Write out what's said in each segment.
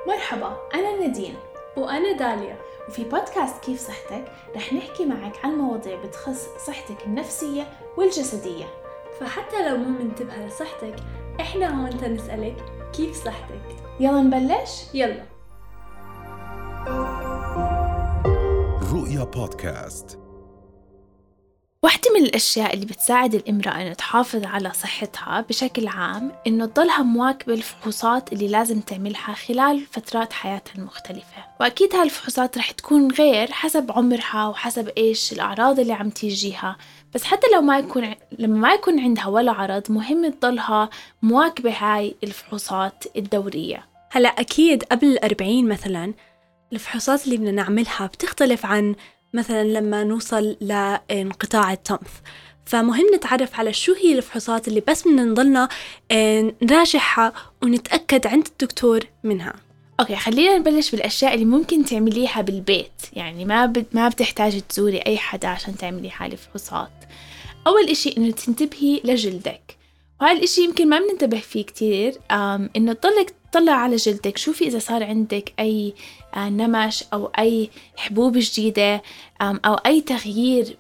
مرحبا، أنا نادين وأنا داليا، وفي بودكاست كيف صحتك رح نحكي معك عن مواضيع بتخص صحتك النفسية والجسدية. فحتى لو مو منتبهة لصحتك إحنا هون تنسألك كيف صحتك. يلا نبلش؟ يلا. رؤيا بودكاست. واحدة من الأشياء اللي بتساعد الامرأة أن تحافظ على صحتها بشكل عام إنه تضلها مواكبة الفحوصات اللي لازم تعملها خلال فترات حياتها المختلفة، وأكيد هالفحوصات رح تكون غير حسب عمرها وحسب إيش الأعراض اللي عم تيجيها. بس حتى لما ما يكون عندها ولا عرض، مهم تضلها مواكبة هاي الفحوصات الدورية. هلأ أكيد قبل 40 مثلاً الفحوصات اللي بدنا نعملها بتختلف عن مثلاً لما نوصل لانقطاع الطمث، فمهم نتعرف على شو هي الفحوصات اللي بس بدنا نضلنا نراجعها ونتأكد عند الدكتور منها. أوكي، خلينا نبلش بالأشياء اللي ممكن تعمليها بالبيت، يعني ما بتحتاج تزوري أي حدا عشان تعملي هاي الفحوصات. أول إشي إنه تنتبهي لجلدك، وهذا الإشي يمكن ما بننتبه فيه كتير، إنه تطلع على جلدك، شوفي إذا صار عندك أي نمش أو أي حبوب جديدة أو أي تغيير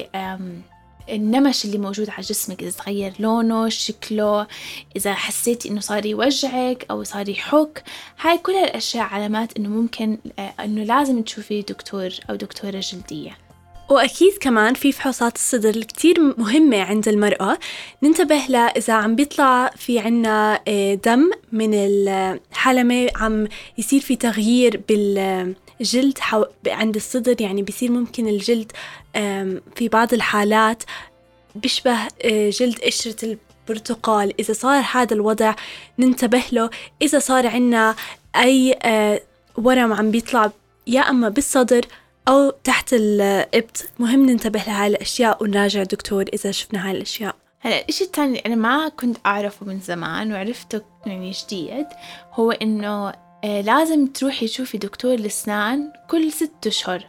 النمش اللي موجود على جسمك، إذا تغير لونه شكله، إذا حسيتي إنه صار يوجعك أو صار يحك. هاي كل هالأشياء علامات إنه ممكن إنه لازم تشوفي دكتور أو دكتورة جلدية. وأكيد كمان في فحوصات الصدر الكتير مهمة عند المرأة ننتبه لها إذا عم بيطلع في عنا دم من الحلمة، عم يصير في تغيير بالجلد عند الصدر، يعني بيصير ممكن الجلد في بعض الحالات بيشبه جلد قشرة البرتقال. إذا صار هذا الوضع ننتبه له. إذا صار عنا أي ورم عم بيطلع يا أما بالصدر أو تحت الإبط، مهم ننتبه لهاي الأشياء ونراجع دكتور إذا شفنا هاي الأشياء. هلا الإشي الثاني اللي أنا ما كنت أعرفه من زمان وعرفته يعني جديد، هو إنه لازم تروحي تشوفي دكتور الأسنان كل 6 أشهر.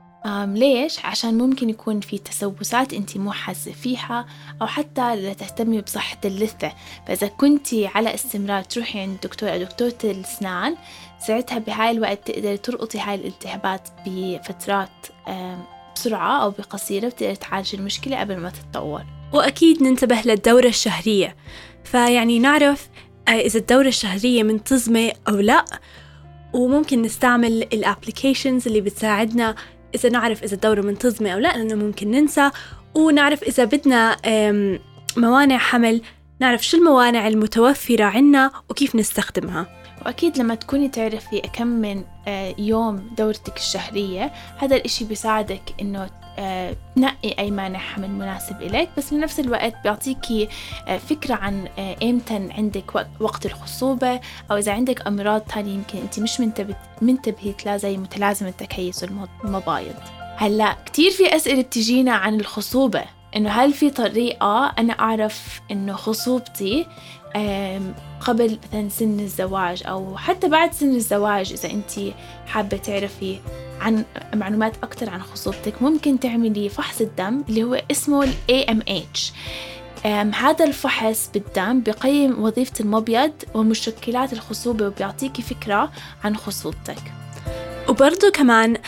ليش؟ عشان ممكن يكون في تسوسات أنتي مو حاسة فيها، أو حتى لتهتمي بصحة اللثة. فإذا كنتي على استمرار تروحي عند دكتور أو دكتورة الأسنان، ساعتها بهاي الوقت تقدري ترقطي هاي الالتهابات بفترات بسرعة أو بقصيرة، وتقدري تعالجي المشكلة قبل ما تتطور. وأكيد ننتبه للدورة الشهرية، فيعني نعرف إذا الدورة الشهرية منتظمة أو لا، وممكن نستعمل الابليكيشنز اللي بتساعدنا إذا نعرف إذا الدورة منتظمة أو لا، لأنه ممكن ننسى. ونعرف إذا بدنا موانع حمل، نعرف شو الموانع المتوفرة عنا وكيف نستخدمها. وأكيد لما تكوني تعرفي كم من يوم دورتك الشهرية، هذا الإشي بيساعدك إنه تنقي أي مانع حمل مناسب إليك، بس بنفس الوقت بيعطيكي فكرة عن إمتى عندك وقت الخصوبة، أو إذا عندك أمراض تانية يمكن أنت مش منتبهت لها زي متلازمة تكيس المبايض. هلأ كتير في أسئلة بتجينا عن الخصوبة، إنه هل في طريقة أنا أعرف إنه خصوبتي قبل مثلا سن الزواج أو حتى بعد سن الزواج. إذا أنت حابة تعرفي عن معلومات أكتر عن خصوبتك، ممكن تعملي فحص الدم اللي هو اسمه ال AMH. هذا الفحص بالدم بيقيم وظيفة المبيض ومشكلات الخصوبة، وبيعطيكي فكرة عن خصوبتك. وبرضو كمان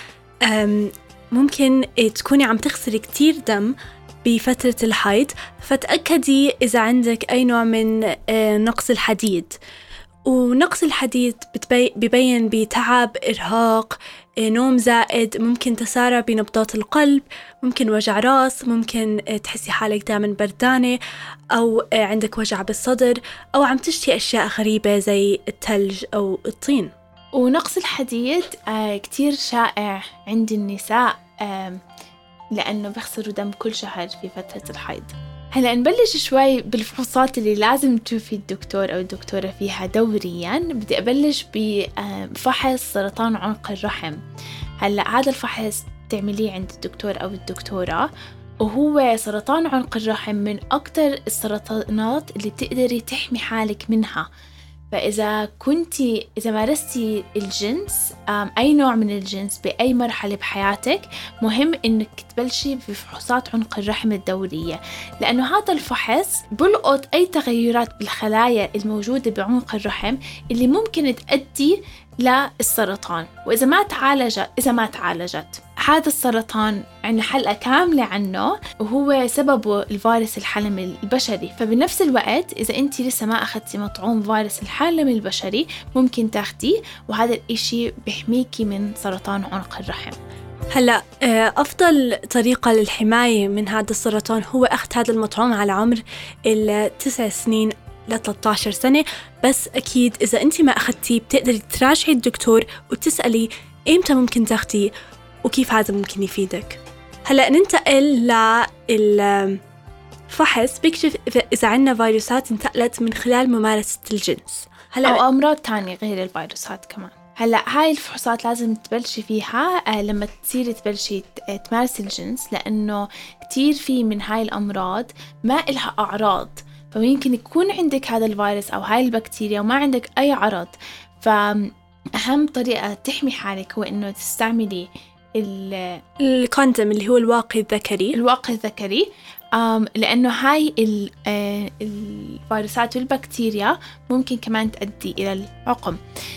ممكن تكوني عم تخسري كتير دم بفترة الحيض، فتأكدي إذا عندك أي نوع من نقص الحديد. ونقص الحديد بيبين بتعب، إرهاق، نوم زائد، ممكن تسارع بنبضات القلب، ممكن وجع راس، ممكن تحسي حالك دائما بردانة، أو عندك وجع بالصدر، أو عم تشتهي أشياء غريبة زي الثلج أو الطين. ونقص الحديد كتير شائع عند النساء، لأنه بيخسروا دم كل شهر في فترة الحيض. هلأ نبلش شوي بالفحوصات اللي لازم تشوفي الدكتور أو الدكتورة فيها دورياً. بدي أبلش بفحص سرطان عنق الرحم. هلأ هذا الفحص تعمليه عند الدكتور أو الدكتورة، وهو سرطان عنق الرحم من أكتر السرطانات اللي بتقدري تحمي حالك منها. فإذا مارستي الجنس أي نوع من الجنس بأي مرحلة بحياتك، مهم إنك تبلشي بفحوصات عنق الرحم الدورية، لأنه هذا الفحص بلقط أي تغيرات بالخلايا الموجودة بعنق الرحم اللي ممكن تؤدي للسرطان. وإذا ما تعالجت هذا السرطان عندنا حلقة كاملة عنه، وهو سببه الفيروس الحلمي البشري. فبنفس الوقت إذا أنت لسه ما أخذتي مطعوم فيروس الحلمي البشري ممكن تاخديه، وهذا الإشي بيحميكي من سرطان عنق الرحم. هلأ أفضل طريقة للحماية من هذا السرطان هو أخذ هذا المطعوم على عمر 9 سنين ل 13 سنة. بس أكيد إذا أنت ما أخذتيه بتقدري تراجعي الدكتور وتسألي إمتى ممكن تاخديه وكيف هذا ممكن يفيدك. هلأ ننتقل للفحص بيكشف إذا عندنا فيروسات انتقلت من خلال ممارسة الجنس أو أمراض تانية غير الفيروسات كمان. هلأ هاي الفحوصات لازم تبلشي فيها لما تبلشي تمارسي الجنس، لأنه كتير في من هاي الأمراض ما إلها أعراض، فممكن يكون عندك هذا الفيروس أو هاي البكتيريا وما عندك أي عرض. فأهم طريقة تحمي حالك هو إنه تستعملي الكوندوم اللي هو الواقي الذكري، لأنه هاي الفيروسات والبكتيريا ممكن كمان تؤدي إلى العقم.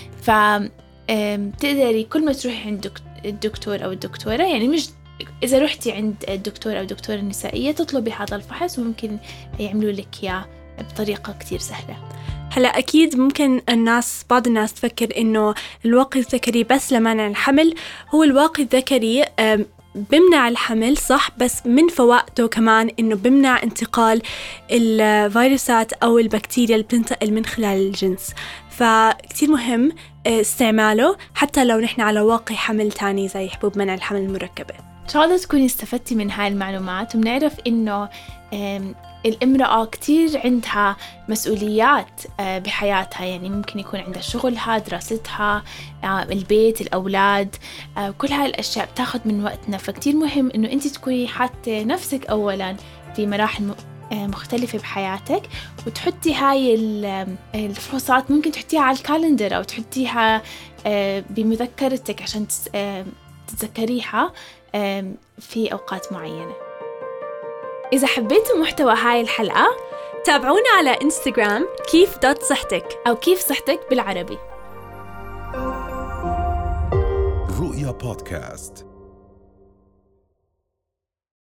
فتقدري كل ما تروحي عند الدكتور أو الدكتورة، يعني مش إذا رحتي عند الدكتور أو الدكتورة النسائية تطلبي هذا الفحص وممكن يعملوا لك إياه بطريقة كتير سهلة. هلا أكيد ممكن بعض الناس تفكر إنه الواقي الذكري بس لمنع الحمل. هو الواقي الذكري بمنع الحمل صح، بس من فوائده كمان إنه بمنع انتقال الفيروسات أو البكتيريا اللي بتنتقل من خلال الجنس. فكتير مهم استعماله حتى لو نحن على واقي حمل تاني زي حبوب منع الحمل المركبة. إن شاء الله تكوني استفدتي من هاي المعلومات، وبنعرف إنه الامرأة كتير عندها مسؤوليات بحياتها، يعني ممكن يكون عندها شغلها، دراستها، البيت، الأولاد، كل هاي الأشياء بتاخد من وقتنا. فكتير مهم إنه أنت تكوني حاطة نفسك أولاً في مراحل مختلفة بحياتك، وتحطي هاي الفحوصات ممكن تحطيها على الكالندر أو تحطيها بمذكرتك عشان تتذكريها في أوقات معينة. إذا حبيتوا محتوى هاي الحلقة تابعونا على إنستغرام كيف.صحتك أو كيف صحتك بالعربي. رؤيا بودكاست.